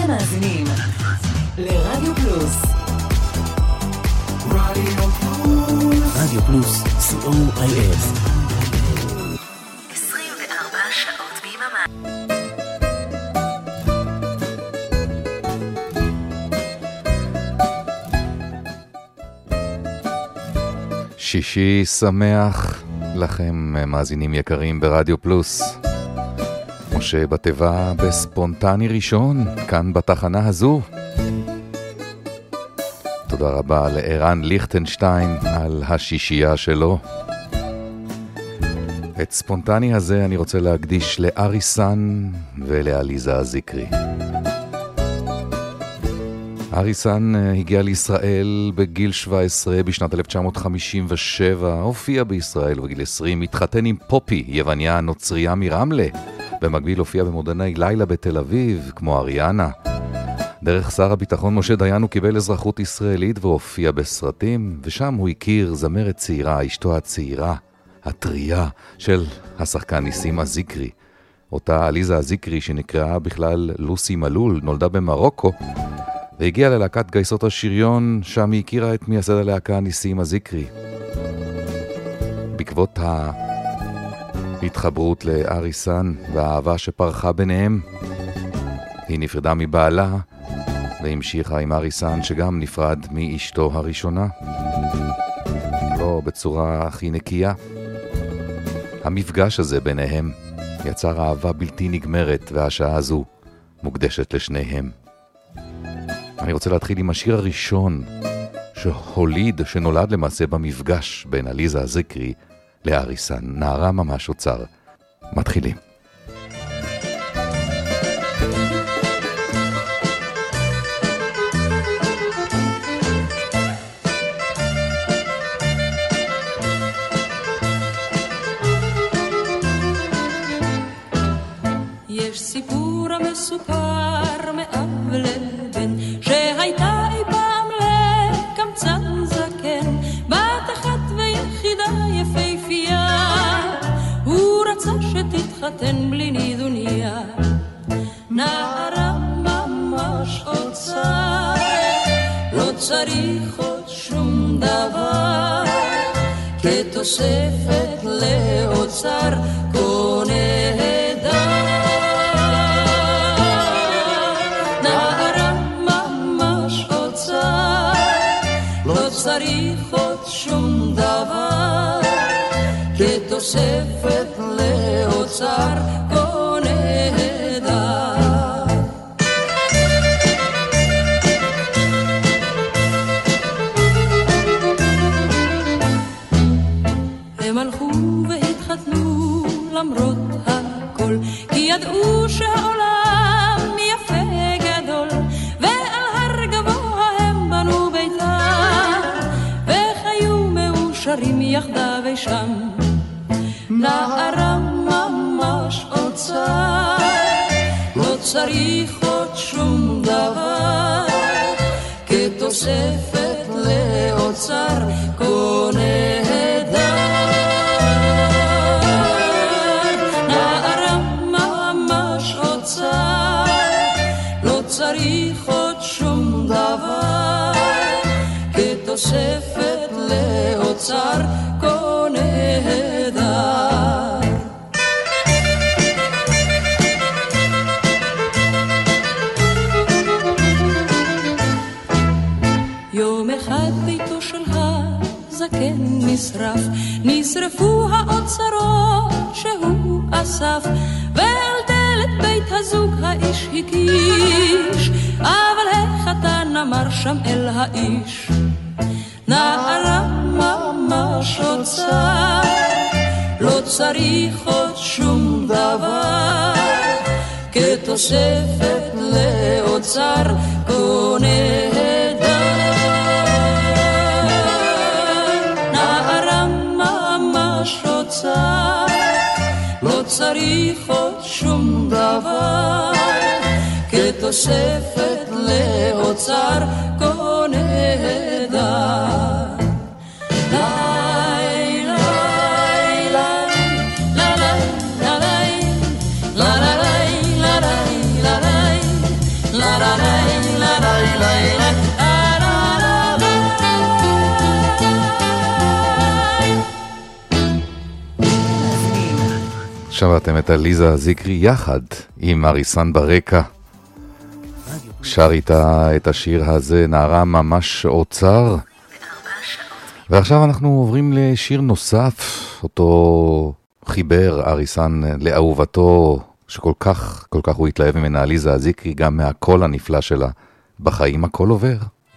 מאזינים לרדיו פלוס. רדיו פלוס, COIF. 24 שעות ביממה. שישי שמח לכם מאזינים יקרים ברדיו פלוס. משה בטבע בספונטני ראשון, כאן בתחנה הזו. תודה רבה לערן ליכטנשטיין על השישייה שלו. את ספונטני הזה אני רוצה להקדיש לאריסן ולעליזה הזיקרי. אריסן הגיע לישראל בגיל 17 בשנת 1957, הופיע בישראל בגיל 20, התחתן עם פופי, יווניה נוצריה מרמלה, במקביל הופיע במועדוני לילה בתל אביב, כמו אריאנה. דרך שר הביטחון משה דיין הוא קיבל אזרחות ישראלית והופיע בסרטים, ושם הוא הכיר זמרת צעירה, אשתו הצעירה, הטריה של השחקן ניסים הזיקרי. אותה עליזה הזיקרי שנקראה בכלל לוסי מלול, נולדה במרוקו, והגיעה ללהקת גייסות השריון, שם היא הכירה את מייסד הלהקה ניסים הזיקרי. בעקבות ההתחברות לאריסן והאהבה שפרחה ביניהם, היא נפרדה מבעלה והמשיכה עם אריסן שגם נפרד מאשתו הראשונה. לא בצורה הכי נקייה. המפגש הזה ביניהם יצר אהבה בלתי נגמרת, והשעה הזו מוקדשת לשניהם. אני רוצה להתחיל עם השיר הראשון שנולד למעשה במפגש בין עליזה הזיקרי לאריסן. נערה ממש אוצר. מתחילים. יש סיפור המסופר מאב לבן שהייתה אי פעם לקמצן זקן, בת אחת ויחידה יפהפייה, הוא רצה שתתחתן בלי נידוניה. נערה ממש אוצר, לא צריך עוד שום דבר, כתוספת לאוצר קונה צריך עוד שום דבר, כתוספת לאוצר קונה דר. הם הלכו והתחתנו למרות הכל, כי ידעו שהעולם יפה גדול, ועל הר גבוה הם בנו ביתם, שרים יחדיו שם. נערה ממש אוצר, לא צריך עוד שום דבר, כתוספת לאוצר קונה דר. נערה ממש אוצר, לא צריך עוד שום דבר, כתוספת לאוצר קונה דר. יום אחד ביתו של הזקן נשרף, נשרפו האוצרות שהוא אסף, ועל דלת בית הזוג האיש הקיש, אבל החתן אמר שם אל האיש, נערה ממש אוצר, לא צריך עוד שום דבר, כתוספת לאוצר קונה דר. נערה ממש אוצר, לא צריך עוד שום דבר, כתוספת לאוצר קונה דר. La שמעתם את עליזה זיקרי יחד עם אריסן ברקע. שר איתה את השיר הזה, נערה ממש אוצר. ועכשיו אנחנו עוברים לשיר נוסף, אותו חיבר אריסן לאהובתו, שכל כך הוא התלהב ממנה, עליזה זיקרי, גם מהקול הנפלא שלה. בחיים הכל עובר.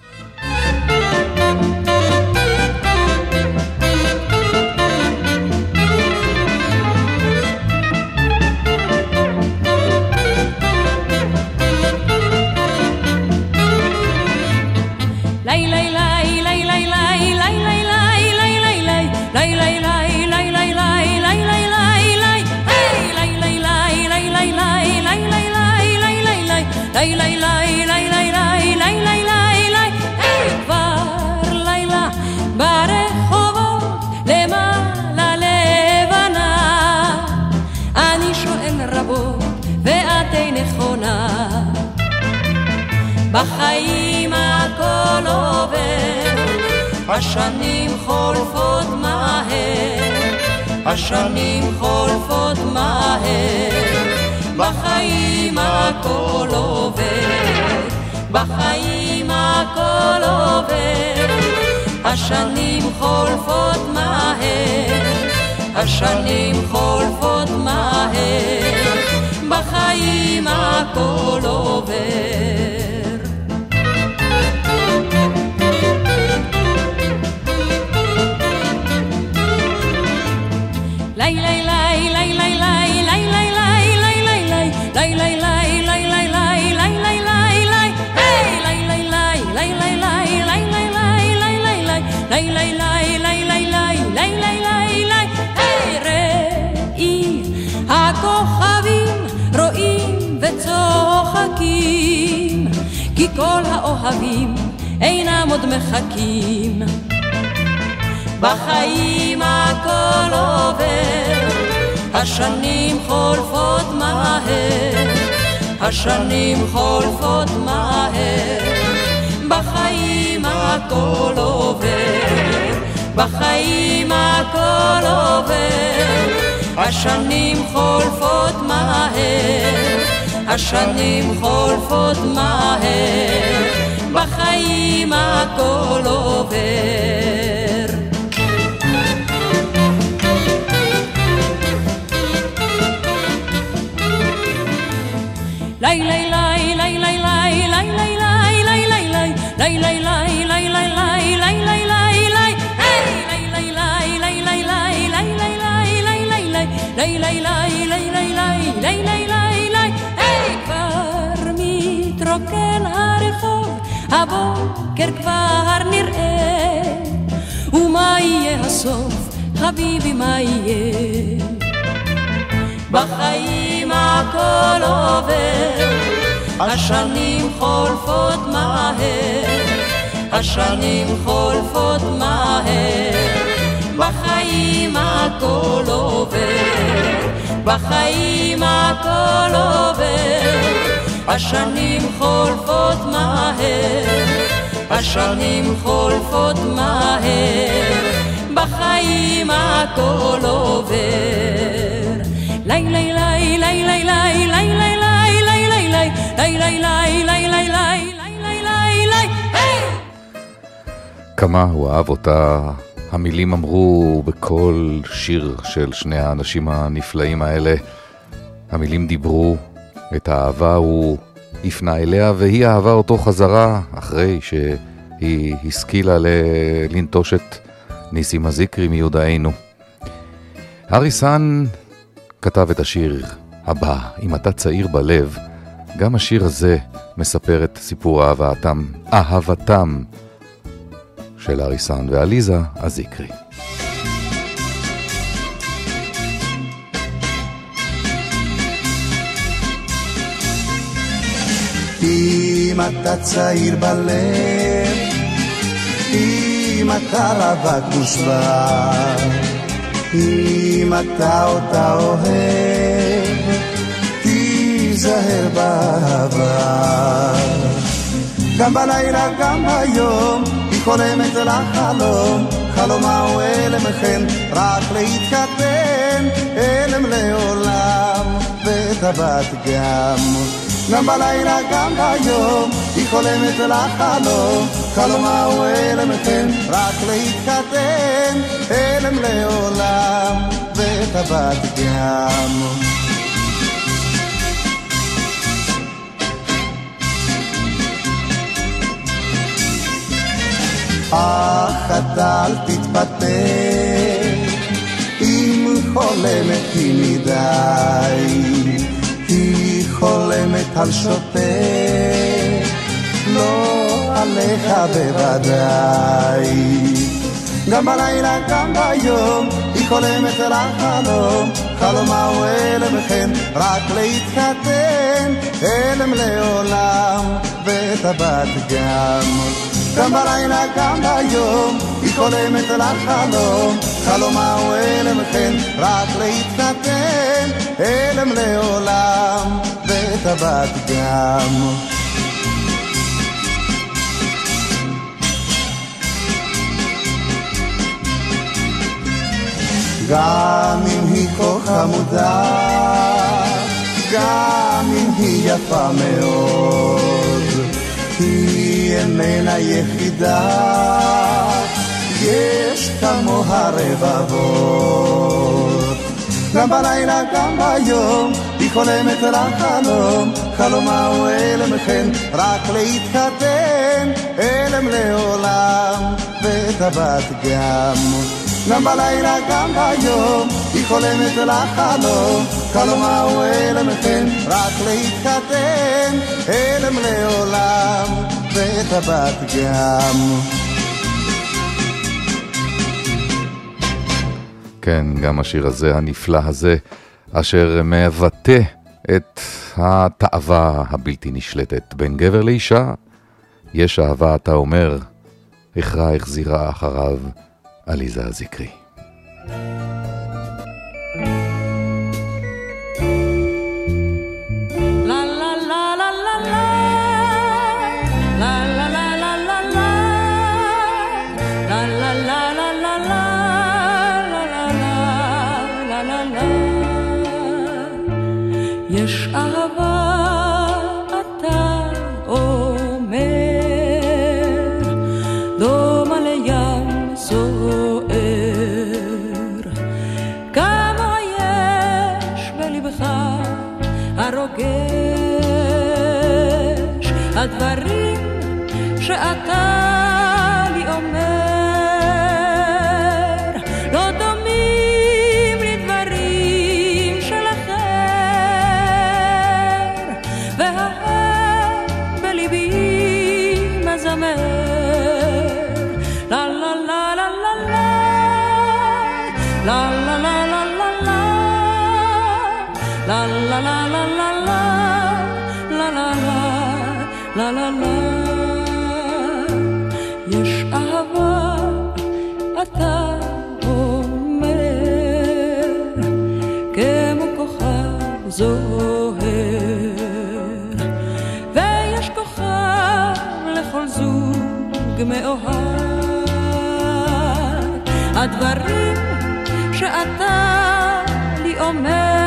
בחיים הכל עובר, השנים חולפות מהר, השנים חולפות מהר, בחיים הכל עובר, בחיים הכל עובר, השנים חולפות מהר, השנים חולפות מהר, בחיים הכל עובר. כי כל האוהבים אינם עוד מחכים. בחיים הכל עובר, השנים חולפות מהר, השנים חולפות מהר, בחיים הכל עובר, בחיים הכל עובר, השנים חולפות מהר, השנים חולפות מהר, בחיים הכל עובר. לי לי לי לי לי לי לי לי לי לי לי לי לי לי לי לי לי לי רוקן הרחוב, הבוקר כבר נראה, ומה יהיה הסוף, חביבי, מה יהיה? בחיים הכל עובר, השנים חולפות מהר, השנים חולפות מהר, בחיים הכל עובר, בחיים הכל עובר, השנים חולפות מהר, השנים חולפות מהר, בחיים הכל עובר. לי לי לי לי לי לי לי לי לי לי לי לי לי לי לי לי. כמה הוא אהב אותה. המילים אמרו בכל שיר של שני האנשים הנפלאים האלה. המילים דיברו, את האהבה הוא הפנה אליה, והיא אהבה אותו חזרה, אחרי שהיא השכילה לנטוש את ניסים הזיקרי מיודענו. אריסן כתב את השיר הבא, אם אתה צעיר בלב. גם השיר הזה מספר את סיפור אהבתם של אריסן ועליזה הזיקרי. אם אתה צעיר בלב, אם אתה רווק מושבע, אם אתה אותה אוהב, להיזהר בעבר. גם בלילה גם ביום היא חולמת לחלום, חלומה הוא אלם כן רק להתחתן, אלם לעולם וטבת גם בלילה גם ביום היא חולמת לחלום, חלומה הוא אלם כן רק להתחתן, אלם לעולם וטבת אך אתה אל תתפטר אם חולמת היא מדי, היא חולמת על שוטר, לא עליך בוודאי. גם בלילה גם ביום היא חולמת לחלום, חלומה הוא אלם כן רק להתחתן, אלם לעולם וטבת גם בלילה גם ביום היא חולמת לחלום, חלומה הוא אלם כן רק להתחתן, אלם לעולם וטבת גם אם היא כה חמודה, גם אם היא יפה מאוד, היא איננה יחידה, יש כמוה רבבות. גם בלילה גם ביום היא חולמת לחלום, חלומה הוא אלם כן רק להתחתן, אלם לעולם וטבת גם בלילה גם ביום היא חולמת לחלום, חלומה הוא אלם כן רק להתחתן, אלם לעולם וטבת כן, גם השיר הזה, הנפלא הזה, אשר מבטא את התאווה הבלתי נשלטת בין גבר לאישה. יש אהבה, אתה אומר, הכרע החזירה אחריו עליזה הזיקרי. יש אהבה, אתה אומר, דומה לים סוער, כמה יש בלבך הרוגש, הדברים שאתה לי אומר, לא דומים לדברים של אחר, והאהב בליבי מזמר, לה לה לה לה לה לה לה לה לה לה לה לה לה לה לה לה לה לה. יש אהבה, אתה אומר, כמו כוכב זוהר, ויש כוכב לכל זוג מאוהב, הדברים שאתה לי אומר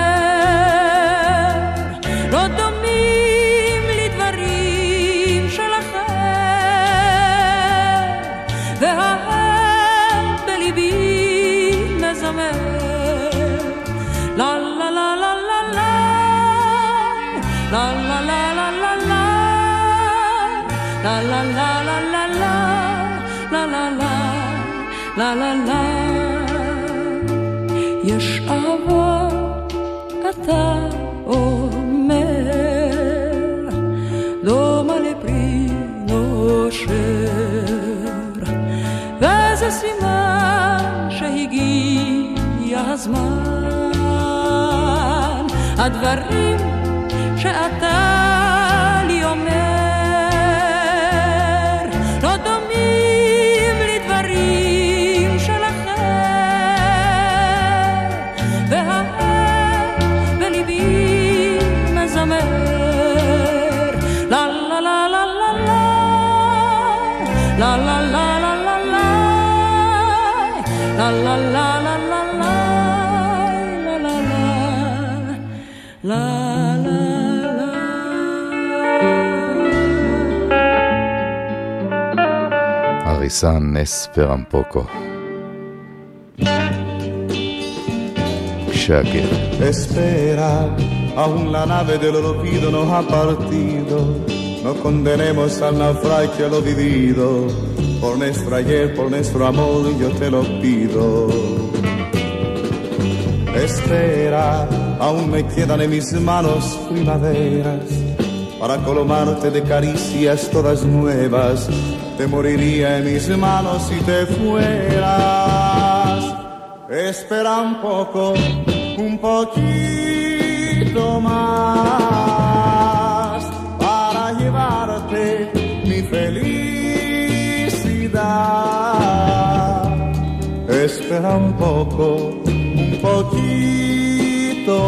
לא דומים לדברים של אחר, והאהב בליבי מזמר, לה לה לה לה לה לה לה לה לה לה לה לה לה לה לה לה לה לה לה. יש אהבה, אתה אומר, דומה לפרי נושר, וזה סימן שהגיע הזמן, הדברים שאתה לי אומר לא דומים לדברים של אחר, והאהב בליבי מזמר, la la la la la la la la la la la la la la. Arisan espera un poco. Shagir. Espera, aún la nave del olvido no ha partido. No condenemos al naufragio lo vivido. Por nuestro ayer, por nuestro amor, yo te lo pido. Espera, aún me quedan en mis manos primaveras para colmarte de caricias todas nuevas. Te moriría en mis manos si te fueras. Espera un poco, un poquito más para llevarte mi felicidad. Espera un poco, un poquito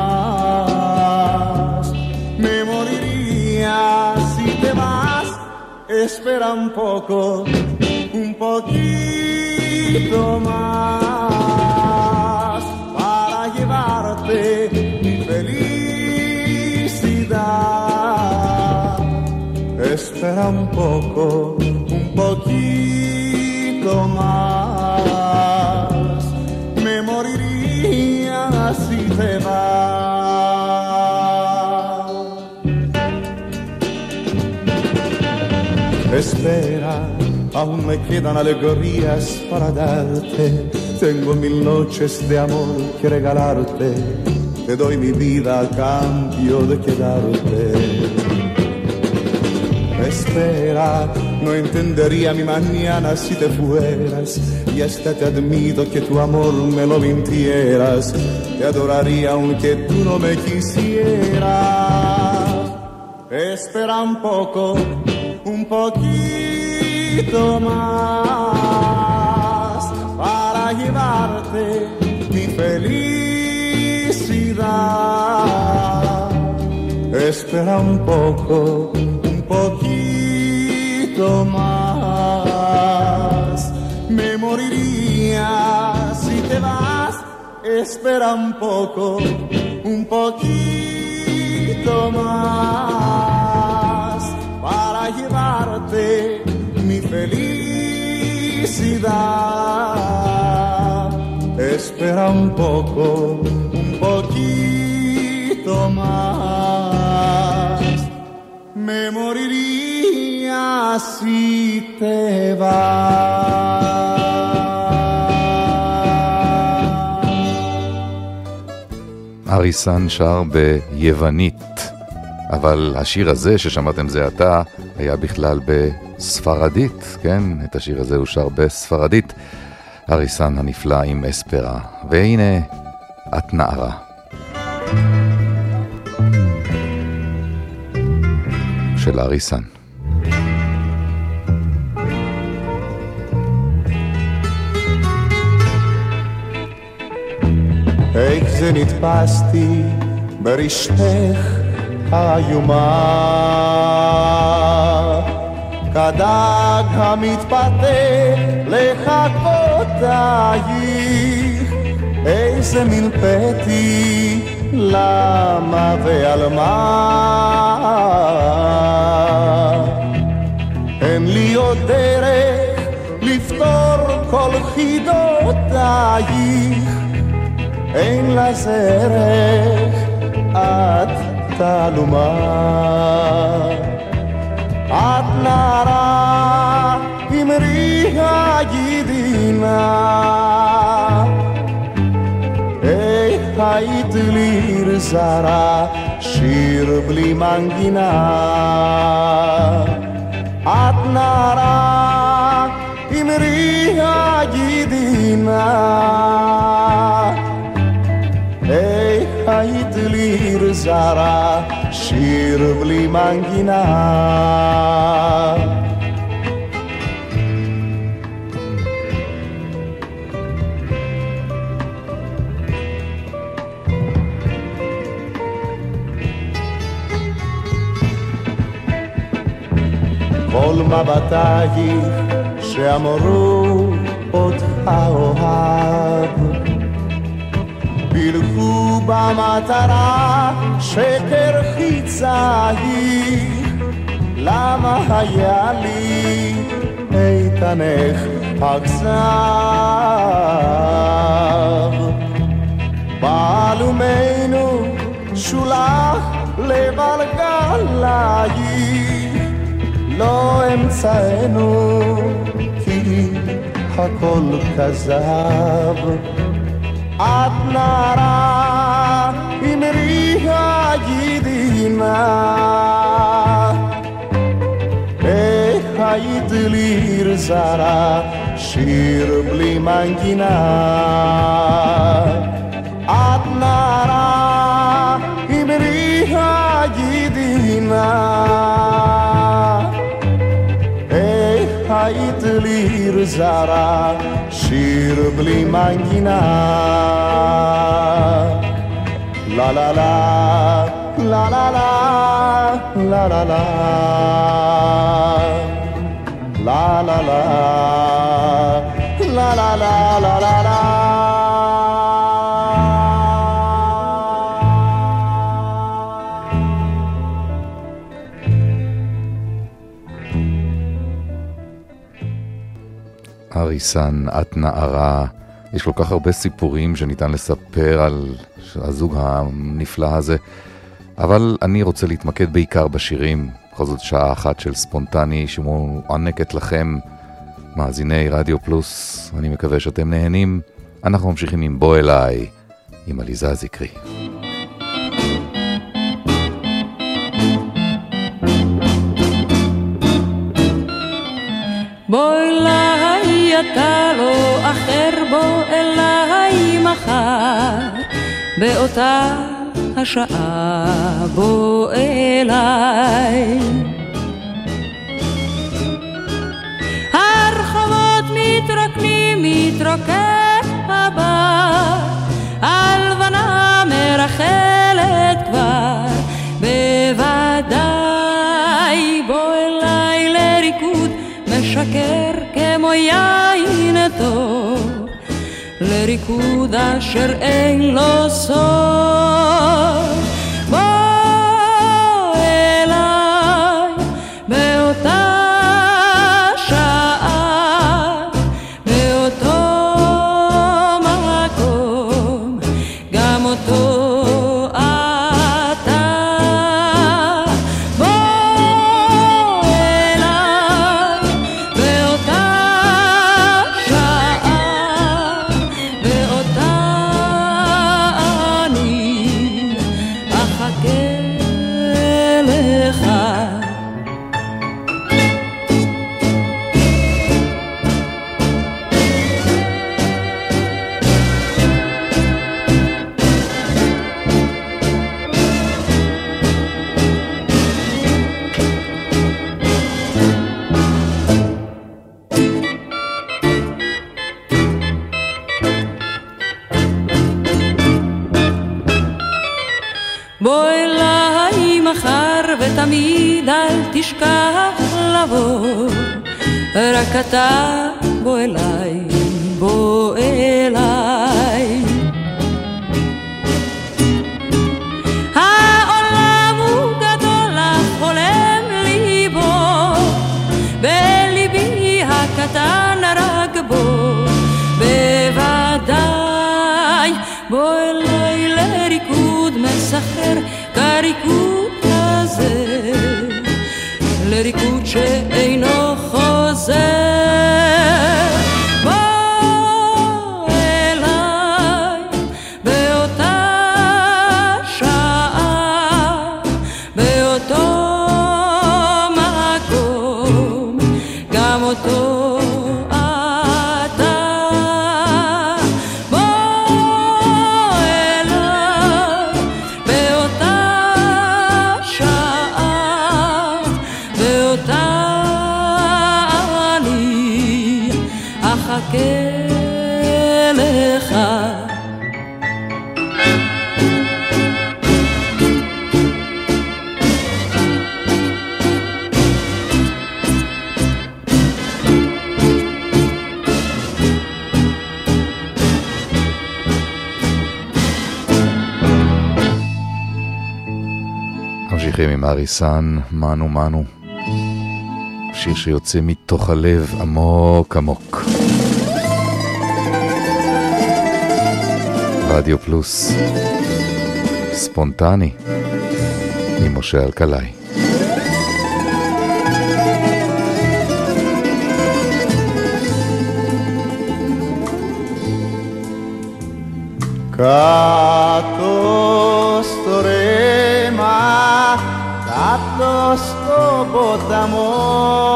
más. Me moriría si te vas. Espera un poco, un poquito más para llevarte mi felicidad. Espera un poco, un poquito más. Me moriría si te vas. Espera, aún me quedan alegrías para darte. Tengo 1000 noches de amor que regalarte. Te doy mi vida a cambio de quedarte. Espera, no entendería mi mañana si te fueras. Y hasta te admito que tu amor me lo mintieras. Te adoraría aunque tú no me quisieras. Espera un poco, un poquito más para llevarte mi felicidad. Espera un poco, un poquito más. Me moriría si te vas. Espera un poco, un poquito más para llevarte mi felicidad. Espera un poco, un poquito más. Me moriría si te vas. אריסן שר ביוונית, אבל השיר הזה ששמעתם זה עתה היה בכלל בספרדית, כן? את השיר הזה הוא שר בספרדית. אריסן הנפלא עם אספרה. והנה, את נערה. של אריסן. איך זה נתפסתי ברשתך האיומה, כדג המתפתה לחכותייך. איזה מלפתי, למה ועל מה? אין לי עוד דרך לפתור כל חידותייך. אין לה זרח, את תלומה. את נערה, אמרי הגידינה, איך היית ליר זרה, שיר בלי מנגינה. את נערה, אמרי הגידינה, איך היית ליר זרה, שיר בלי מנגינה. כל מבטייך שאמרו אותך אוהב, פילחו במטרה שקר חיצייך, למה היה לי איתנך הכזב. בעלומנו שולח לב על גלייך, לא אמצאנו כי הכל כזב. את נערה אמרי הידינה, איך היית לי עיר זרה, שיר בלי מנגינה. את נערה אמרי הידינה, איך היית לי עיר זרה, שיר בלי מנגינה. לה לה לה לה לה לה לה לה לה לה לה לה לה לה לה לה לה. אריסן, את נערה. יש כל כך הרבה סיפורים שניתן לספר על הזוג הנפלא הזה, אבל אני רוצה להתמקד בעיקר בשירים. בכל זאת שעה אחת של ספונטני שמוענקת לכם, מאזיני רדיו פלוס. אני מקווה שאתם נהנים. אנחנו ממשיכים עם בוא אליי, עם עליזה זיקרי. בוא אליי אתה לא אחר, בוא אליי מחר באותה השעה, בוא אליי. הרחובות מתרוקנים, מתרוקן הבר, הלבנה מרחלת כבר, בוודאי בוא אליי לריקוד משקר כמו יין טוב, לריקוד אשר אין לו סוף. בוא אליי באותה שעה, באותו מקום, גם אותו אתה. בוא אליי באותה שעה, באותה אני אחכה לך. בוא אליי מחר ותמיד אל תשכח לבוא, רק אתה בוא אליי, בוא אליי. העולם הוא גדול, החולם ליבו, בליבי הקטן רק בו, בוודאי בוא אליי לריקוד מסחר כריקוד כזה, לריקוד שאינו חוזר. בוא אליי באותה שעה, באותו מקום, גם אותו אתה. בוא אליי באותה שעה, באותה אני אחכה לך. ממשיכים עם אריסן, מנו מנו. שיר שיוצא מתוך הלב עמוק עמוק. רדיו פלוס, ספונטני, עם משה אלקלעי. Κάτω στο ρέμα, κάτω στο ποταμό,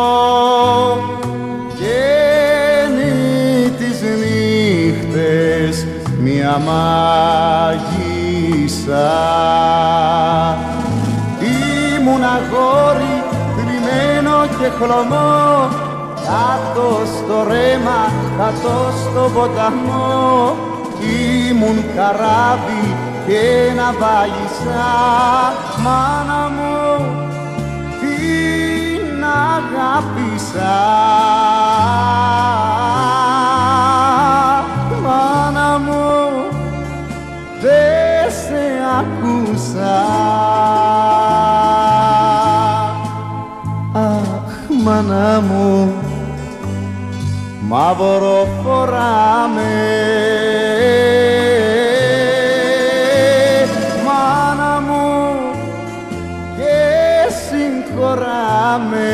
καίνει τις νύχτες μια μάγισσα. Ήμουν αγόρι θρυμμένο και χλωμό, κάτω στο ρέμα, κάτω στο ποταμό. Ήμουν καράβι και ναυάγησα, μάνα μου την αγάπησα. Μάνα μου δεν σε άκουσα. Αχ, μάνα μου, μαύρο φοράμε. Μάνα μου και συγχωράμε.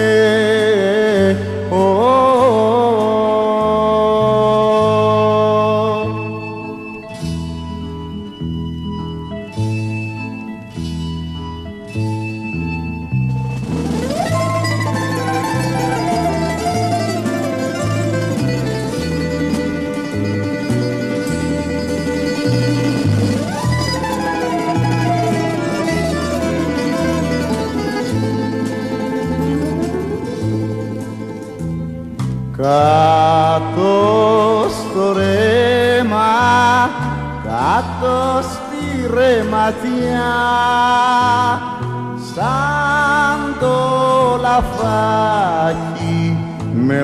Κάτω στο ρέμα, κάτω στη ρεματιά, σαν το λαφάκι με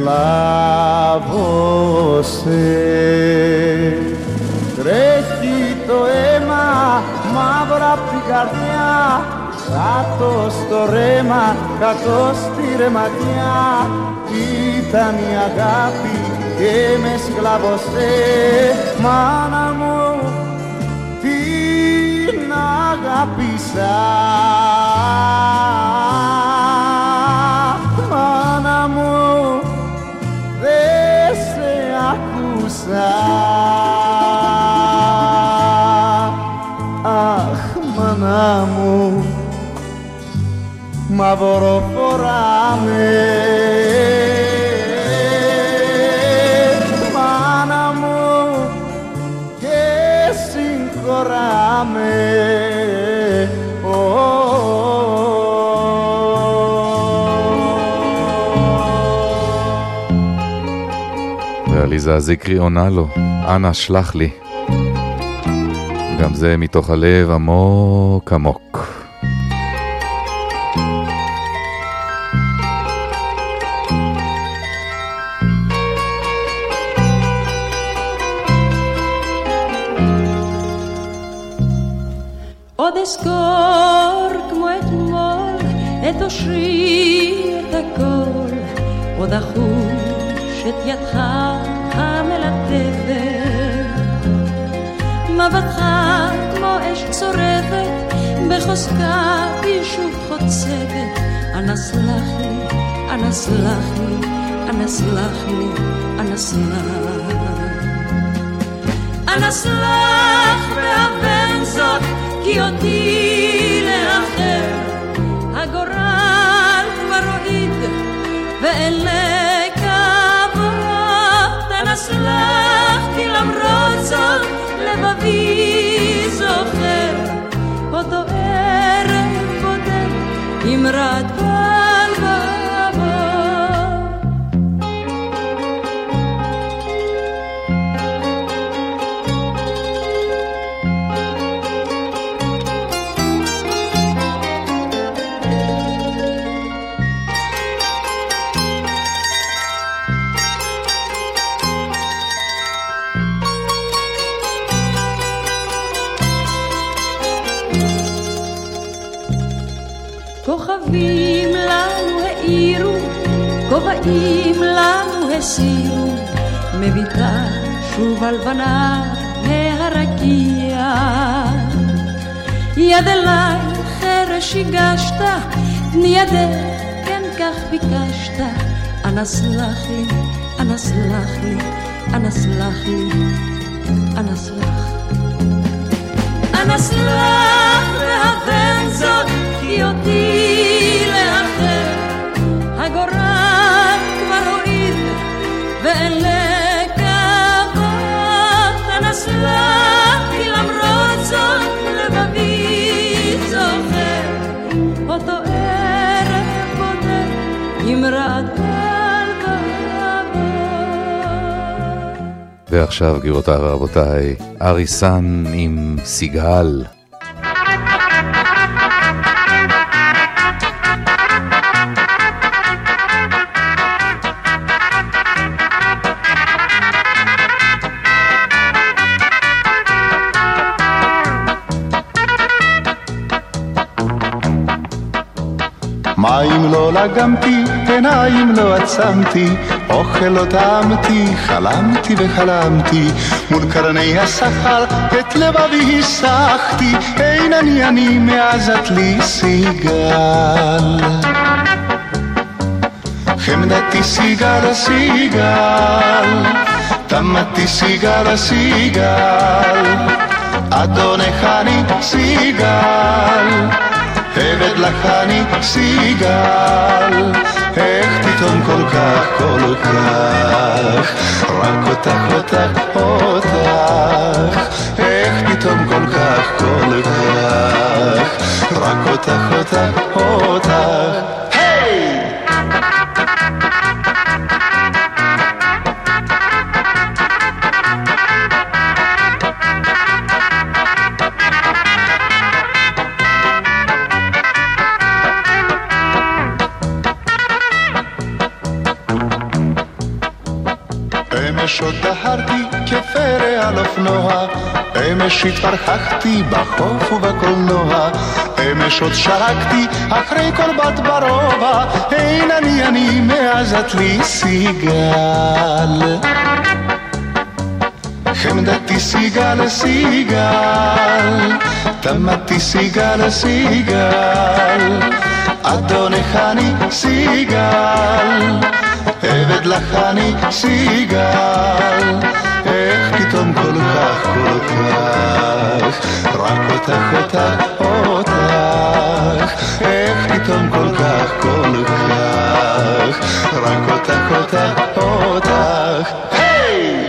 λάβωσε. Τρέχει το αίμα μαύρα απ' την καρδιά, κάτω στο ρέμα, κάτω στη ρεματιά. Ήταν η αγάπη και με σκλάβωσε, μάνα μου την αγάπησα. Μάνα μου δεν σε άκουσα. Αχ, μάνα μου, μαύρο φοράμε. Μάνα μου και συγχωράμε. ועליזה זיקרי עונה לו, אנא שלח לי. גם זה מתוך הלב עמוק עמוק. עוד אזכור כמו אתמול את אושרי, את הכל, עוד אחוש את ידך המלטפת, מבטך כמו אש צורבת, בחוזקה בי שוב חוצבת. אנא סלח לי, אנא סלח לי, אנא סלח לי, אנא סלח. אנא סלח והבן זאת, כי אותי לאחר הגורל כבר הועיד, ואלה כבוד. אנא סלח, כי למרות זאת לבבי זוכר אותו ערב בודד עם רד בלבבות. כובעים לנו הסירו, מביטה שוב הלבנה מהרקיע. יד אליי חרש הגשת, תני ידך, כן כך ביקשת. אנא סלח לי, אנא סלח לי, אנא סלח לי, אנא סלח. אנא סלח והבן זאת, כי אותי לאחר הגורל כבר הועיד ואין לקוות. אנא סלח, כי למרות זאת לבבי זוכר אותו ערב בודד עם רעד כבוד. ועכשיו גבירותיי ורבותיי, אריסן עם סיגל. מים לא לגמתי, עיניים לא עצמתי, אוכל לא טעמתי, חלמתי וחלמתי, מול קרני השחר את לבבי הסחתי, אין אני מאז את לי סיגל. חמדתי סיגל סיגל, תמתי סיגל סיגל, אדונך אני סיגל, עבד לך אני סיגל. איך פתאום כל כך, כל כך, רק אותך, אותך, אותך. איך פתאום כל כך, כל כך, רק אותך, אותך, אותך. היי! אמש עוד דהרתי כפרא על אופנוע, אמש התפרחחתי בחוף ובקולנוע, אמש עוד שרקתי אחרי כל בת ברובע, אין אני מאז את לי סיגל. חמדתי סיגל סיגל, תמתי סיגל סיגל, אדונך אני סיגל, עבד לך אני סיגל. איך פתאום כל כך, כל כך, רק אותך, אותך, אותך. איך פתאום כל כך, כל כך, רק אותך, אותך, אותך. היי!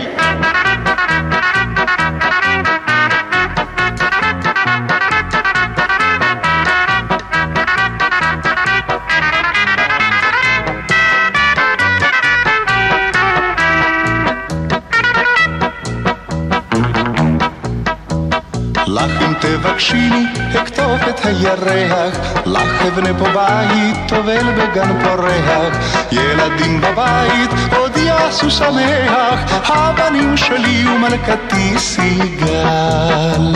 לך אם תבקשיני אכתוב את הירח, לך אבנה פה בית טובל בגן פורח, ילדים בבית עוד יעשו שמח, הבנים שלי ומלכתי סיגל.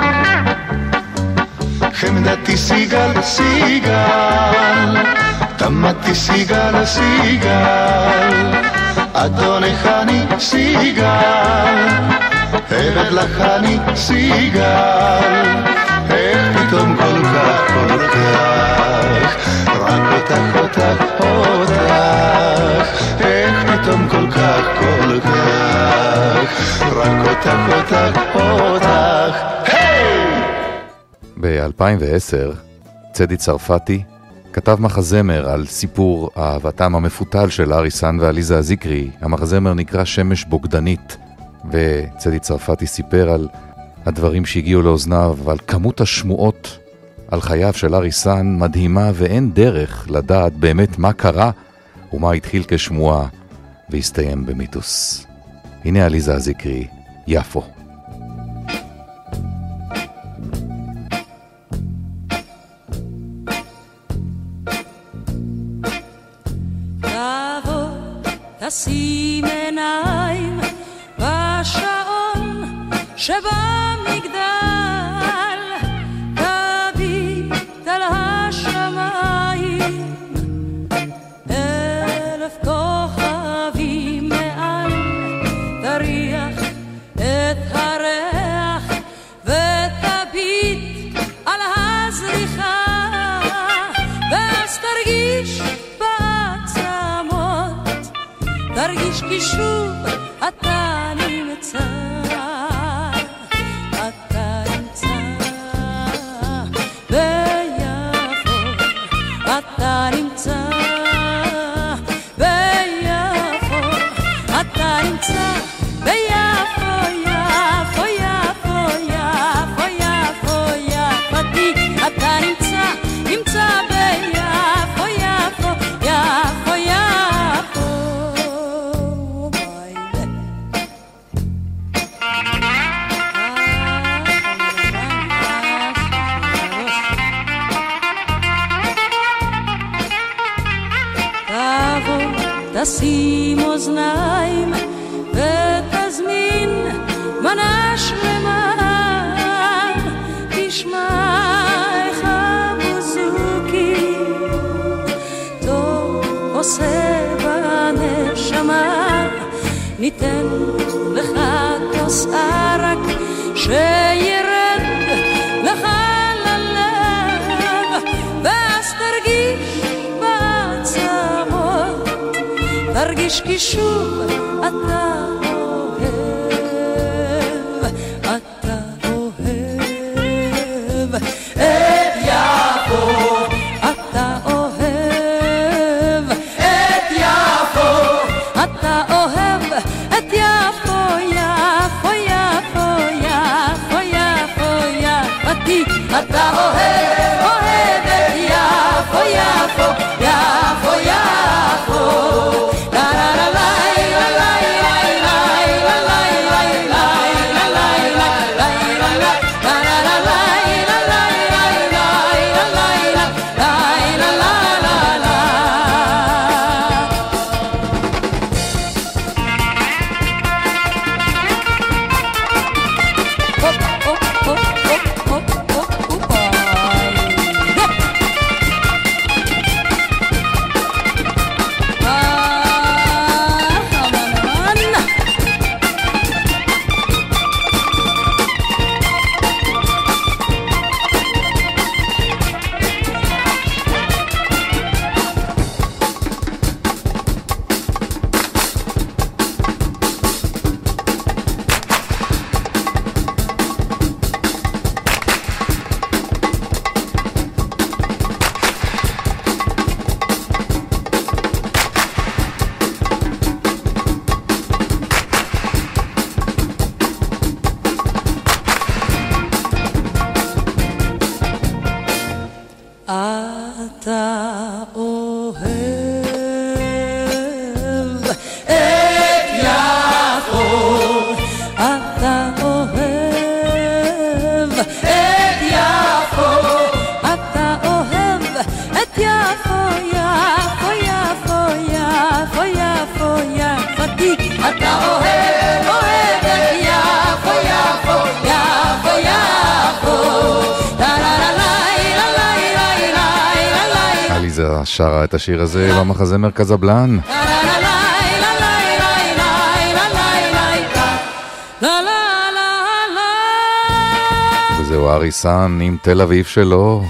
חמדתי סיגל סיגל, תמתי סיגל סיגל, אדונך אני סיגל, עבד לך אני סיגל. איך פתאום כל כך, כל כך, רק אותך, אותך, אותך. איך פתאום כל כך, כל כך, רק אותך, אותך, אותך. היי! ב-2010 צדי צרפתי כתב מחזמר על סיפור אהבתם המפותל של אריסן ועליזה הזיקרי. המחזמר נקרא שמש בוגדנית, וצדי צרפתי סיפר על הדברים שהגיעו לאוזניו, על כמות השמועות על חייו של אריסן מדהימה, ואין דרך לדעת באמת מה קרה ומה התחיל כשמועה והסתיים במיתוס. הנה עליזה הזיקרי, יפו. תשים עיניים בשעון שבמגדל, תביט על השמיים 1000 תרגיש כי שוב אתה נמצא, אתה נמצא ביפו, אתה נמצא ביפו, אתה נמצא ביפו, יפו, יפו, יפו, יפו, יפתי, אתה נמצא ביפו, יפו, יפו, יפו. תבוא, תשים אוזניים ותזמין מנה שלמה, תשמע איך המוזיקי טוב עושה בנשמה. ניתן לך כוס ערק שירד לך ללב, ואז תרגיש בעצמות, תרגיש כי שוב אתה אוהב, אתה אוהב את יפו, אתה אוהב את יפו, אתה אוהב את יפו, יפו, יפו, יפו, יפו, יפתי, אתה אוהב את יפו, יפו, יפו, יפו. שרה את השיר הזה במחזמר קזבלן. וזהו אריסן עם תל אביב שלו.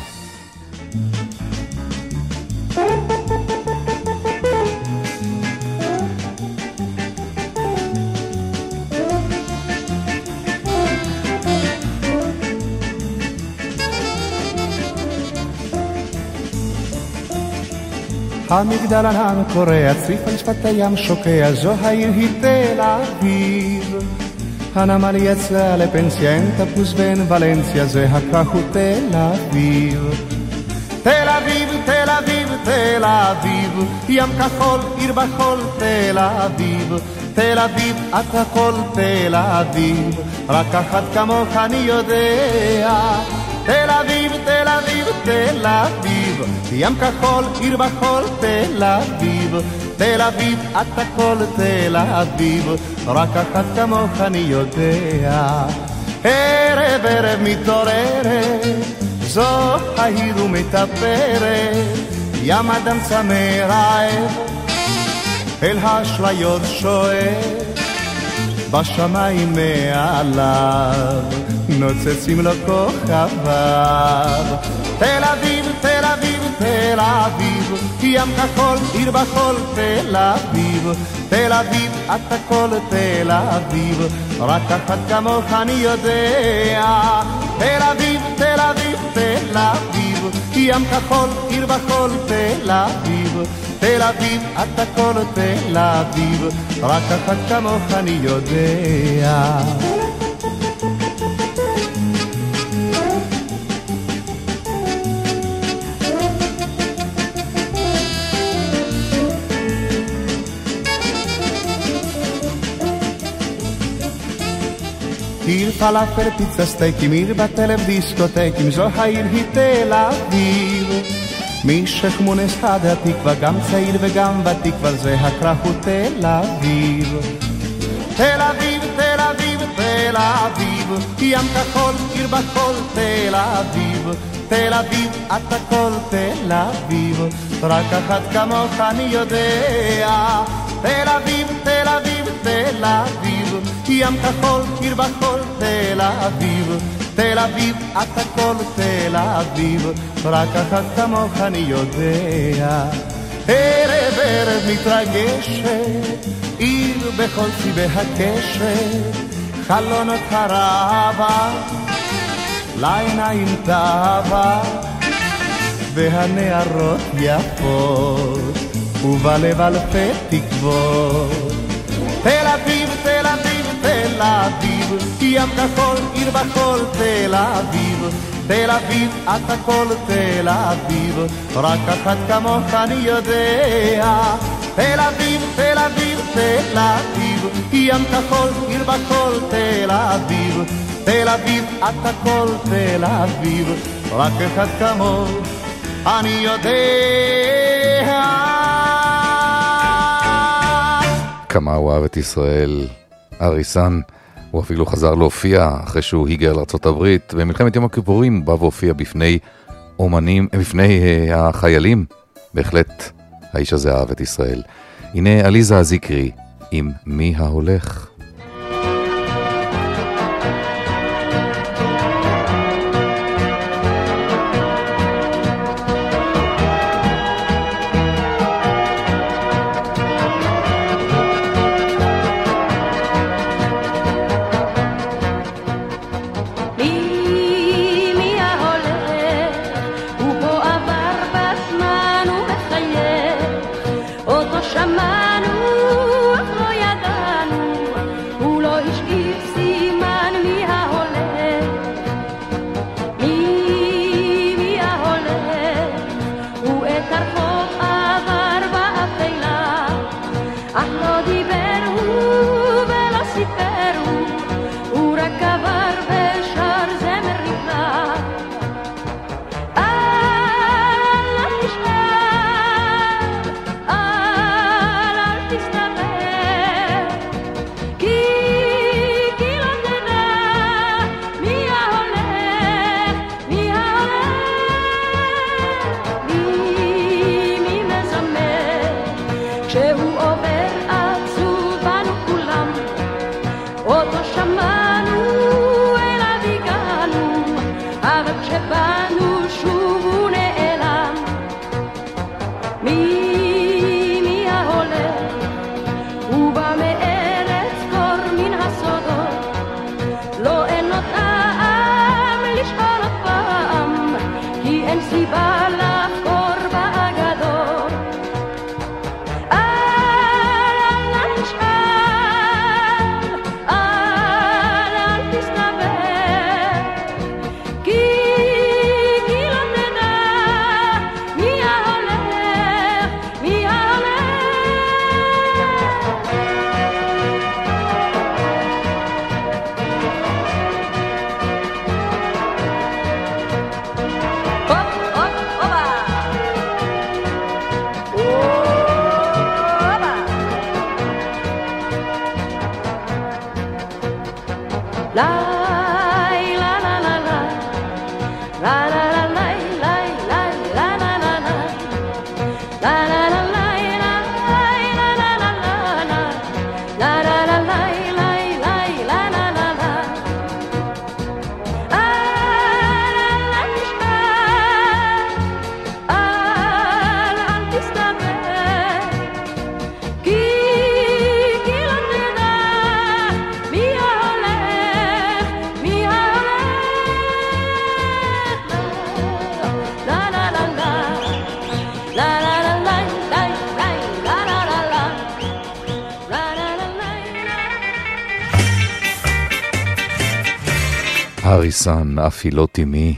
המגדל ענן קורע, צריף על שפת הים שוקע, זו העיר היא תל אביב. הנמל יצא לפנסיה, אין תפוס ואין ולנסיה, זה הקרח הוא תל אביב. תל אביב, תל אביב, תל אביב, ים כחול, עיר בחול, תל אביב. תל אביב, את הכל תל אביב, רק אחת כמוך אני יודע. תל אביב, תל אביב, תל אביב, ים כחול, עיר בחול, תל אביב. תל אביב, את הכל תל אביב, רק אחת כמוך אני יודע. ערב ערב מתעוררת, זו העיר ומתאפרת, ים אדם צמא רעב, אל האשליות שואף, בשמיים מעליו נוצצים לו כוכביו. תל אביב, תל אביב, תל אביב, ים כחול, עיר בחול, תל אביב. אביב, תל אביב, את הכל תל אביב, רק אחת כמוך אני יודע. תל אביב, תל אביב, תל אביב, ים כחול, עיר בחול, תל אביב, תל אביב, את הכל תל אביב, רק אחת כמוך אני יודע. עיר פלאפל, פיצה, סטייקים, עיר בטלב, דיסקוטקים, זו העיר היא תל אביב. משך מונס עד התקווה, גם צעיר וגם ותיק, כבר זה הקרב הוא תל אביב. תל אביב, תל אביב, תל אביב, ים כחול, עיר בחול, תל אביב, תל אביב, את הכל תל אביב, רק אחת כמוך אני יודע. תל אביב, תל אביב, תל אביב, ים כחול, עיר בחול, תל אביב, תל אביב, את הכל תל אביב, רק אחת כמוך אני יודע. ערב ערב מתרגשת, עיר בכל צבעי הקשת, חלונות הרבה, לעיניים טובה, והנערות יפות, ובלב אלפי תקוות. תל אביב, תל אביב, תל אביב, ים כחול, עיר בחול, תל אביב, תל אביב, את הכל תל אביב, רק אחת כמוך אני יודע. תל אביב, תל אביב, תל אביב, ים כחול, עיר בחול, תל אביב, תל אביב, את הכל תל אביב, רק אחת כמוך אני יודע. כמה הוא אהב את ישראל, אריסן. הוא אפילו חזר להופיע אחרי שהוא היגר לארצות הברית. במלחמת יום הכיפורים הוא בא והופיע בפני אומנים, בפני החיילים. בהחלט האיש הזה אהב את ישראל. הנה עליזה הזיקרי עם מי ההולך. הריסן, אפי לא תימי.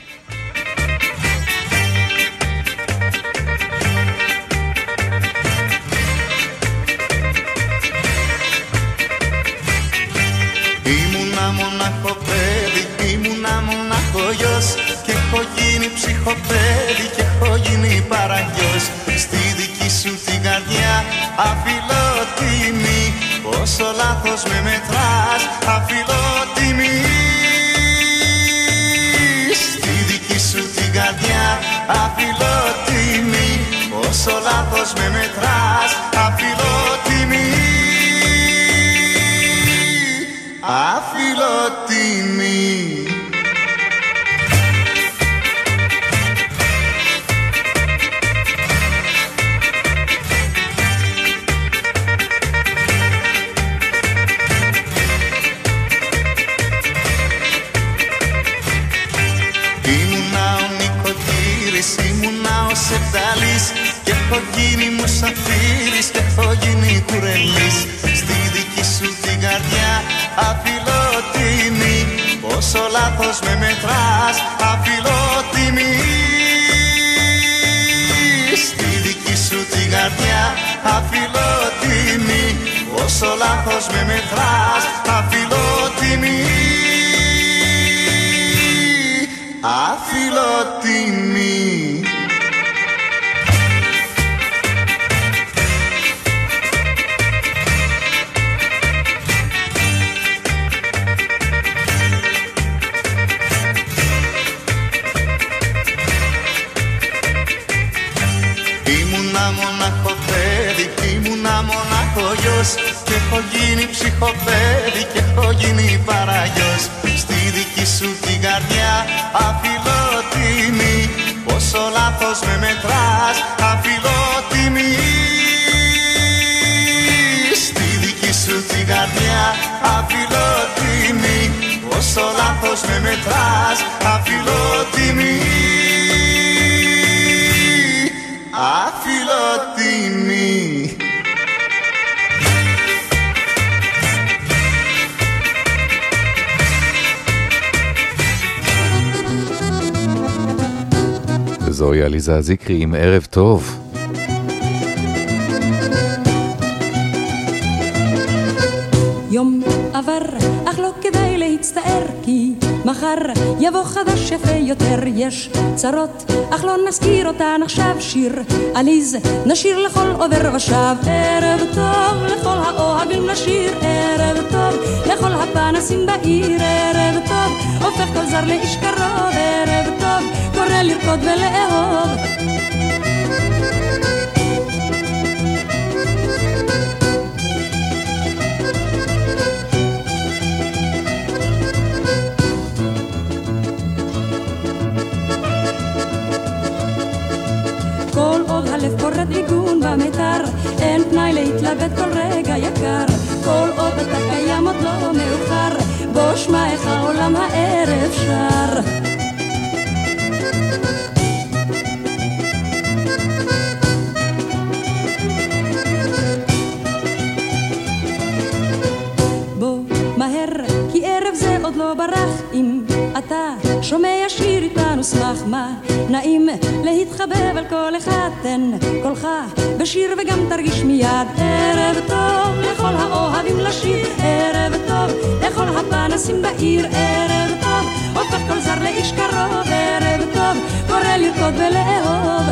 Ήμουνα μονάχο παιδί, ήμουνα μονάχο γιος και έχω γίνει ψυχοπαίδι και έχω γίνει παραγιός. Στη δική σου την καρδιά αφιλότιμη, πόσο λάθος με μετράς αφιλότιμη. Στη δική σου την καρδιά αφιλότιμη, πόσο λάθος με μετράς αφιλότιμη. Αφιλότιμη. Ήμουνα ο νοικοκύρης, ήμουνα ο σεπτάλης και έχω γίνει μουσαφίρης και έχω γίνει κουρελής. Στη δική σου την καρδιά αφιλότιμη, πόσο λάθος με μετράς αφιλότιμη. Στη δική σου την καρδιά αφιλότιμη, πόσο λάθος με μετράς αφιλότιμη. Αφιλότιμη. Ήμουνα μονάχο παιδί, ήμουνα μονάχο γιος και έχω γίνει ψυχοπαίδι και έχω γίνει παραγιός. Στη δική σου την καρδιά αφιλότιμη, πόσο λάθος με μετράς αφιλότιμη. Στη δική σου την καρδιά αφιλότιμη, πόσο λάθος με μετράς αφιλότιμη. Αφιλότιμη. זוהי עליזה זיקרי עם ערב טוב. יום עבר, אך לא כדאי להצטער, כי מחר יבוא חדש יפה יותר. יש צרות, אך לא נזכיר אותן עכשיו. שיר עליז נשיר לכל עובר ושב. ערב טוב לכל האוהבים לשיר, ערב טוב לכל הפנסים בעיר. ערב טוב הופך כל זר לאיש קרוב. ערב טוב קורא לרקוד ולאהוב. הלב פורט ניגון במתר, אין פנאי להתלבט כל רגע יקר. כל עוד אתה קיים עוד לא מאוחר, בוא שמע איך העולם הערב שר. בוא מהר, כי ערב זה עוד לא ברח. אם אתה שומע שיר איתנו שמח, מה נעים להתחבב על כל אחד. תן קולך בשיר וגם תרגיש מיד. ערב טוב לכל האוהבים לשיר, ערב טוב לכל הפנסים בעיר. ערב טוב הופך כל זר לאיש קרוב. ערב טוב קורא לרקוד ולאהוב.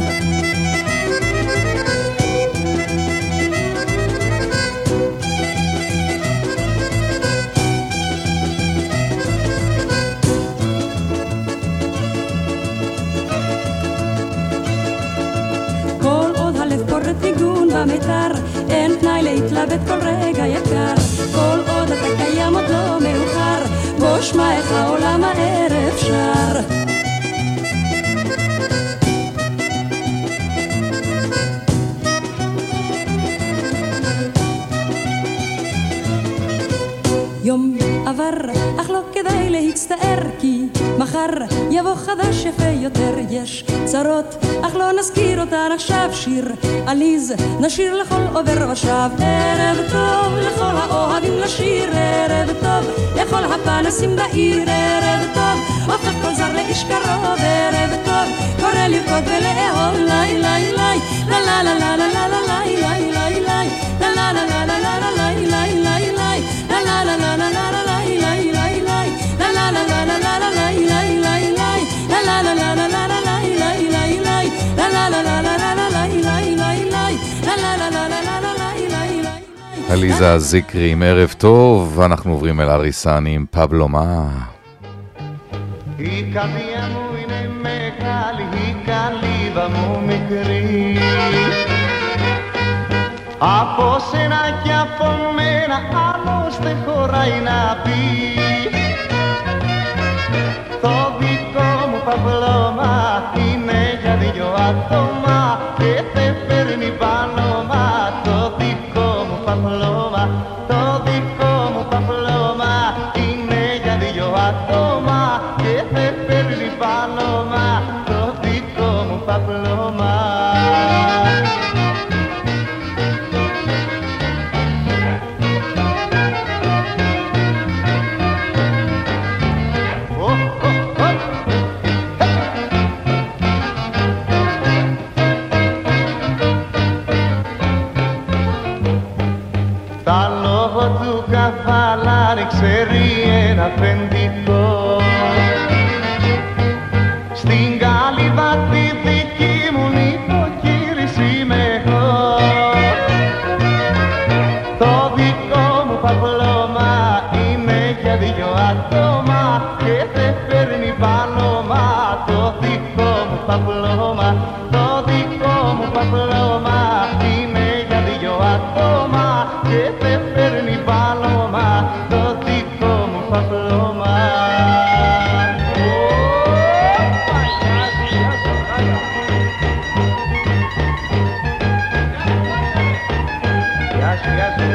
ניגון במתר, אין פנאי להתלבט כל רגע יקר. כל עוד אתה קיים עוד לא מאוחר, בוא שמע איך העולם הערב שר. יום עבר, אך לא כדאי להצטער, כי מחר יבוא חדש יפה יותר. יש צרות, אך לא נזכיר אותן עכשיו. שיר עליז נשיר לכל עובר ושב. ערב טוב לכל האוהבים לשיר, ערב טוב לכל הפנסים בעיר ערב טוב, הופך כל זר לאיש קרוב ערב טוב, קורא לרקוד ולאהוב לי לי לי, לה לה לה לה לה לה לה לי לי לי לי, לה לה לה לה לה לה לה לי לי לי לי, לה לה לה לה לה לה לה לי לי לי לי, לה לה לה לה לה לה לה לי לי לי לי, לה לה לה לה לה לה לה לי לי לי לי, לה לה לה לה לה לה לה לי לי לי לי, לה לה לה לה לה לה לה לי לי לי. עליזה זיקרי עם ערב טוב, אנחנו עוברים אל אריסני עם פבלו מה. Η καρδιά μου είναι μεγάλη, η καλύβα μου μικρή. Από σένα κι από μένα άλλος δεν χωράει να πει. Το δικό μου παπλώμα είναι για δυο άτομα και δεν παίρνει πάλωμα. Το δικό μου παπλώμα, το δικό μου παπλώμα είναι για δυο άτομα και δεν παίρνει πάλωμα. Το δικό μου παπλώμα. Τα λόγω του καβάλαρη ξέρει ένα αφεντικό. Στην καλύβα τη δική μου νοικοκύρης είμαι εγώ. Το δικό μου παπλώμα είναι για δυο άτομα και δεν παίρνει πάλωμα. Το δικό μου παπλώμα, το δικό μου παπλώμα είναι για δυο άτομα και δεν παίρνει πάλωμα. Το δικό μου παπλώμα. Γεια σου, γεια σου.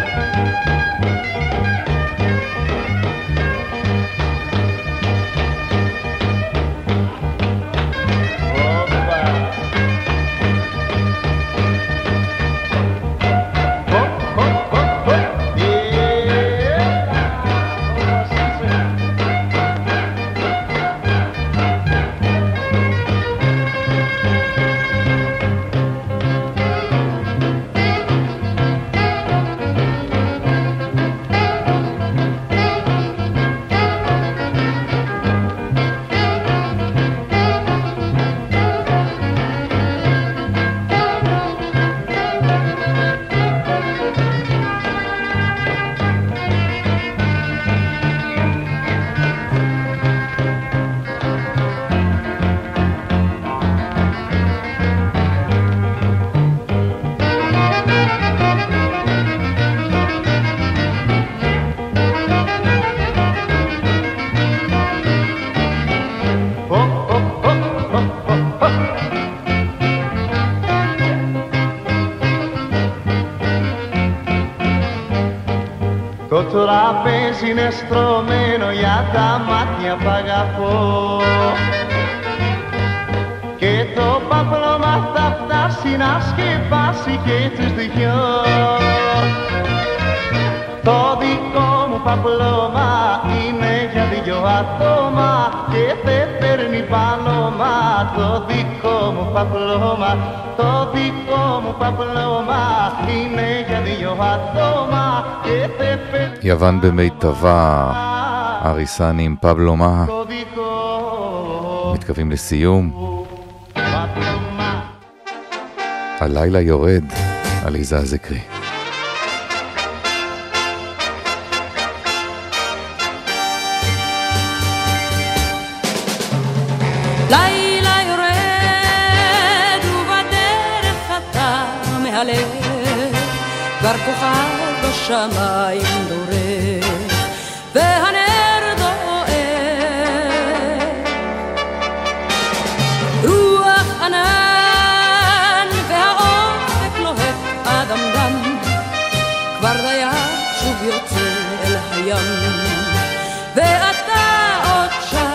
Το τραπέζι είναι στρωμένο για τα μάτια που αγαπώ και το παπλώμα θα φτάσει να σκεπάσει και τους δυο. Το δικό μου παπλώμα είναι για δυο άτομα και δεν παίρνει πάλωμα. Το δικό μου παπλώμα, το δικό μου παπλώμα είναι για δυο άτομα και δεν παίρνει. יוון במיטבה, אריסני עם פבלו מה. מתקווים לסיום. הלילה יורד, עליזה זיקרי. לילה יורד ובדרך אתה מהלך, כבר כוכב בשמיים דורך והנר דועך, רוח ענן והאופק לוהק אדם דם, כבר דייג שוב יוצא אל הים ואתה עוד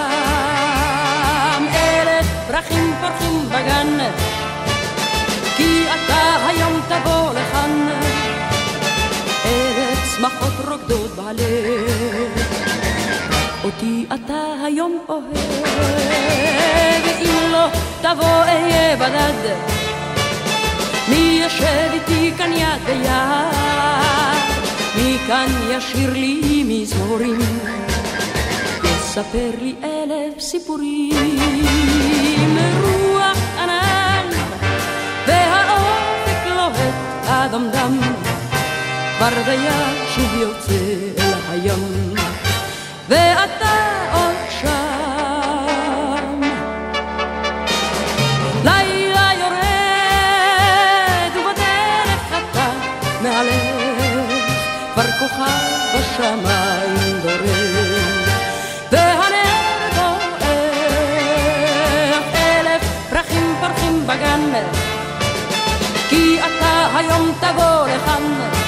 שם. אלף פרחים פורחים בגן כי אתה היום תבוא לכאן, אלף שמחות רוקדות בלב אותי אתה היום אוהב, ואם לא תבוא אהיה בדד, מי ישב איתי כאן יד ביד, מי כאן ישיר לי מזמורים, יספר לי 1000 סיפורים. רוח ענן והאופק לוהט אדמדם, ברדיה שוב יוצא אל הים, ואתה עוד שם. לילה יורד ובדרך אתה מעלך, כבר כוכב בשמיים דורך, והנר דועך, 1000 פרחים פרחים בגן, כי אתה היום תבוא לכאן,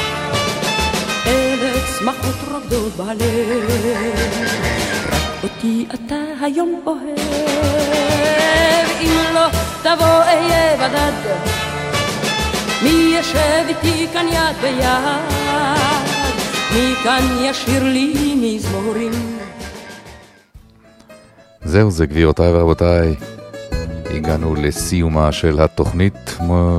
1000 שמחות רוקדות בלב, רק אותי אתה היום אוהב, אם לא תבוא אהיה בדד, מי ישב איתי כאן יד ביד, מי כאן ישיר לי מזמורים. זהו זה גבירותיי ורבותיי, הגענו לסיומה של התוכנית.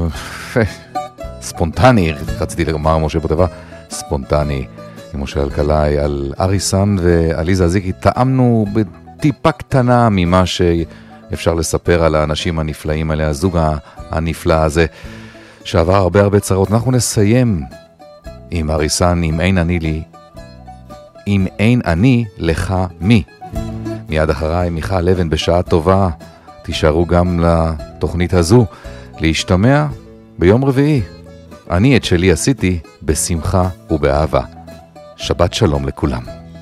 ספונטני, רציתי לומר משה בוטבה, ספונטני עם משה אלקלעי על אריסן ועליזה זיקי. טעמנו בטיפה קטנה ממה שאפשר לספר על האנשים הנפלאים האלה, הזוג הנפלא הזה שעבר הרבה צרות. אנחנו נסיים עם אריסן, אם אין אני לי, אם אין אני לך מי. מיד אחריי מיכל אבן בשעה טובה. תישארו גם לתוכנית הזו, להשתמע ביום רביעי. אני את שלי עשיתי בשמחה ובאהבה. שבת שלום לכולם.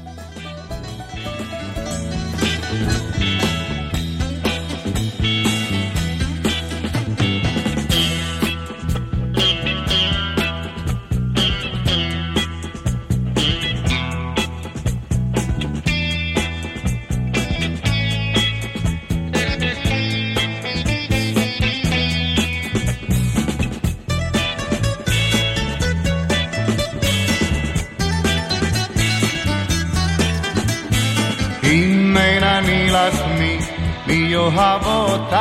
יאהב אותך,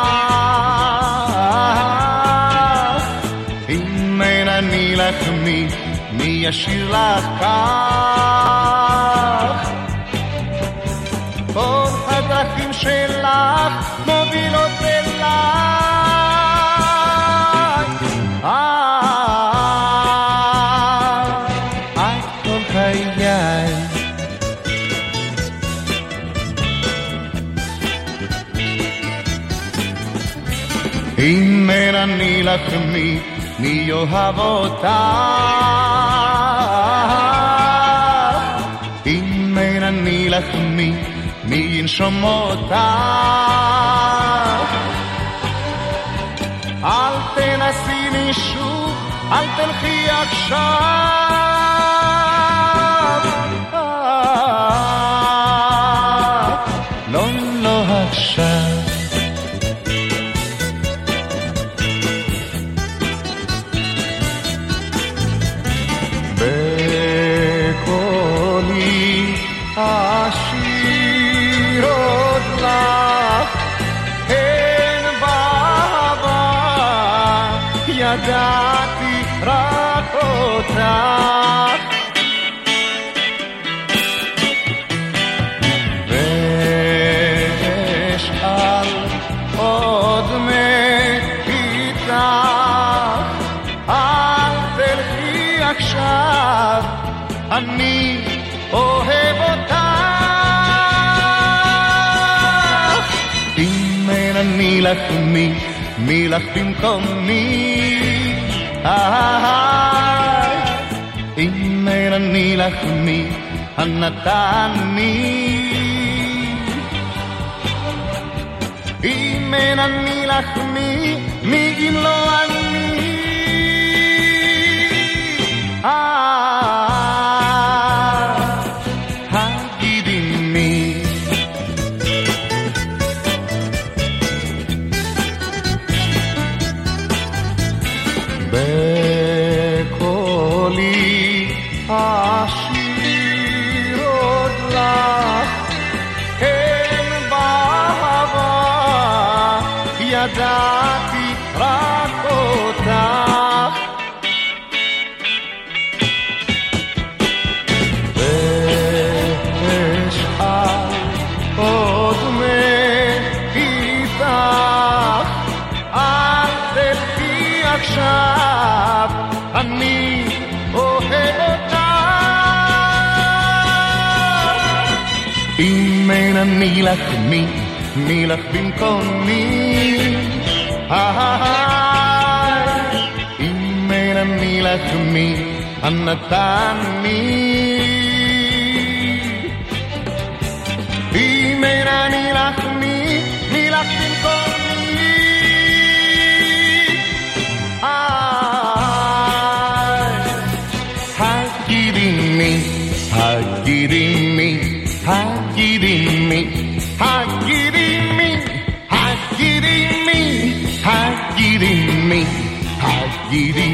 אם אין אני לך מי ישיר לך כך, כל הדרכים שלך מובילות אליי, את כל חיי. אם אין אני לך מי יאהב אותך, אם אין אני לך מי ינשום אותך, אל תנסי לי שוב, אל תלכי עכשיו, לא עכשיו. אשיר עוד לך, אין בעבר, ידעתי רק אותך, ואשאל עוד מאיתך, אל תלכי עכשיו, אני אוהב אותך. אם אין אני לך מי לך במקומי, אם אין אני לך מי הנתני, אם אין אני לך מי אם לא אני, אשיר עוד לך, ידעתי רק אותך ואשאל עוד מאיתך אל תלכי עכשיו אני אוהב אותך אם אין אני לך מי לך במקומי אם אין אני לך מי הנתני אם אין אני לך מי לך במקומי הגידי מי הגידי מי הגידי מי הגידי מי הגידי מי הגידי מי הגידי